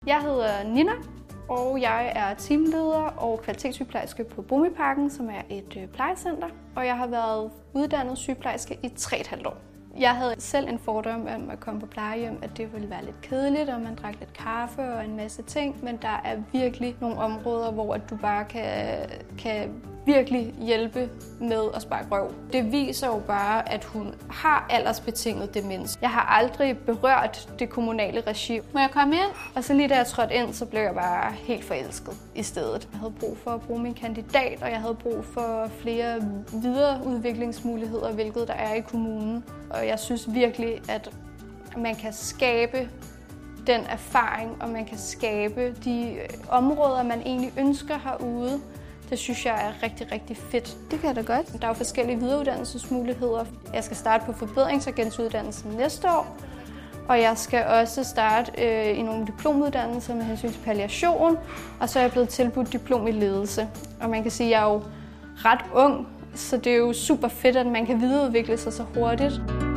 Jeg hedder Nina, og jeg er teamleder og kvalitetssygeplejerske på Bomiparken, som er et plejecenter. Og jeg har været uddannet sygeplejerske i 3,5 år. Jeg havde selv en fordom om at komme på plejehjem, at det ville være lidt kedeligt, og man drak lidt kaffe og en masse ting. Men der er virkelig nogle områder, hvor du bare kan virkelig hjælpe med at sparke røv. Det viser jo bare, at hun har aldersbetinget demens. Jeg har aldrig berørt det kommunale regi. Må jeg komme ind? Og så lige da jeg trådte ind, så blev jeg bare helt forelsket i stedet. Jeg havde brug for at bruge min kandidat, og jeg havde brug for flere videreudviklingsmuligheder, hvilket der er i kommunen. Og jeg synes virkelig, at man kan skabe den erfaring, og man kan skabe de områder, man egentlig ønsker herude. Det synes jeg er rigtig, rigtig fedt. Det kan jeg da godt. Der er jo forskellige videreuddannelsesmuligheder. Jeg skal starte på forbedringsagentuddannelsen næste år, og jeg skal også starte i nogle diplomuddannelser med hensyn til palliation, og så er jeg blevet tilbudt diplom i ledelse. Og man kan sige, at jeg er jo ret ung, så det er jo super fedt, at man kan videreudvikle sig så hurtigt.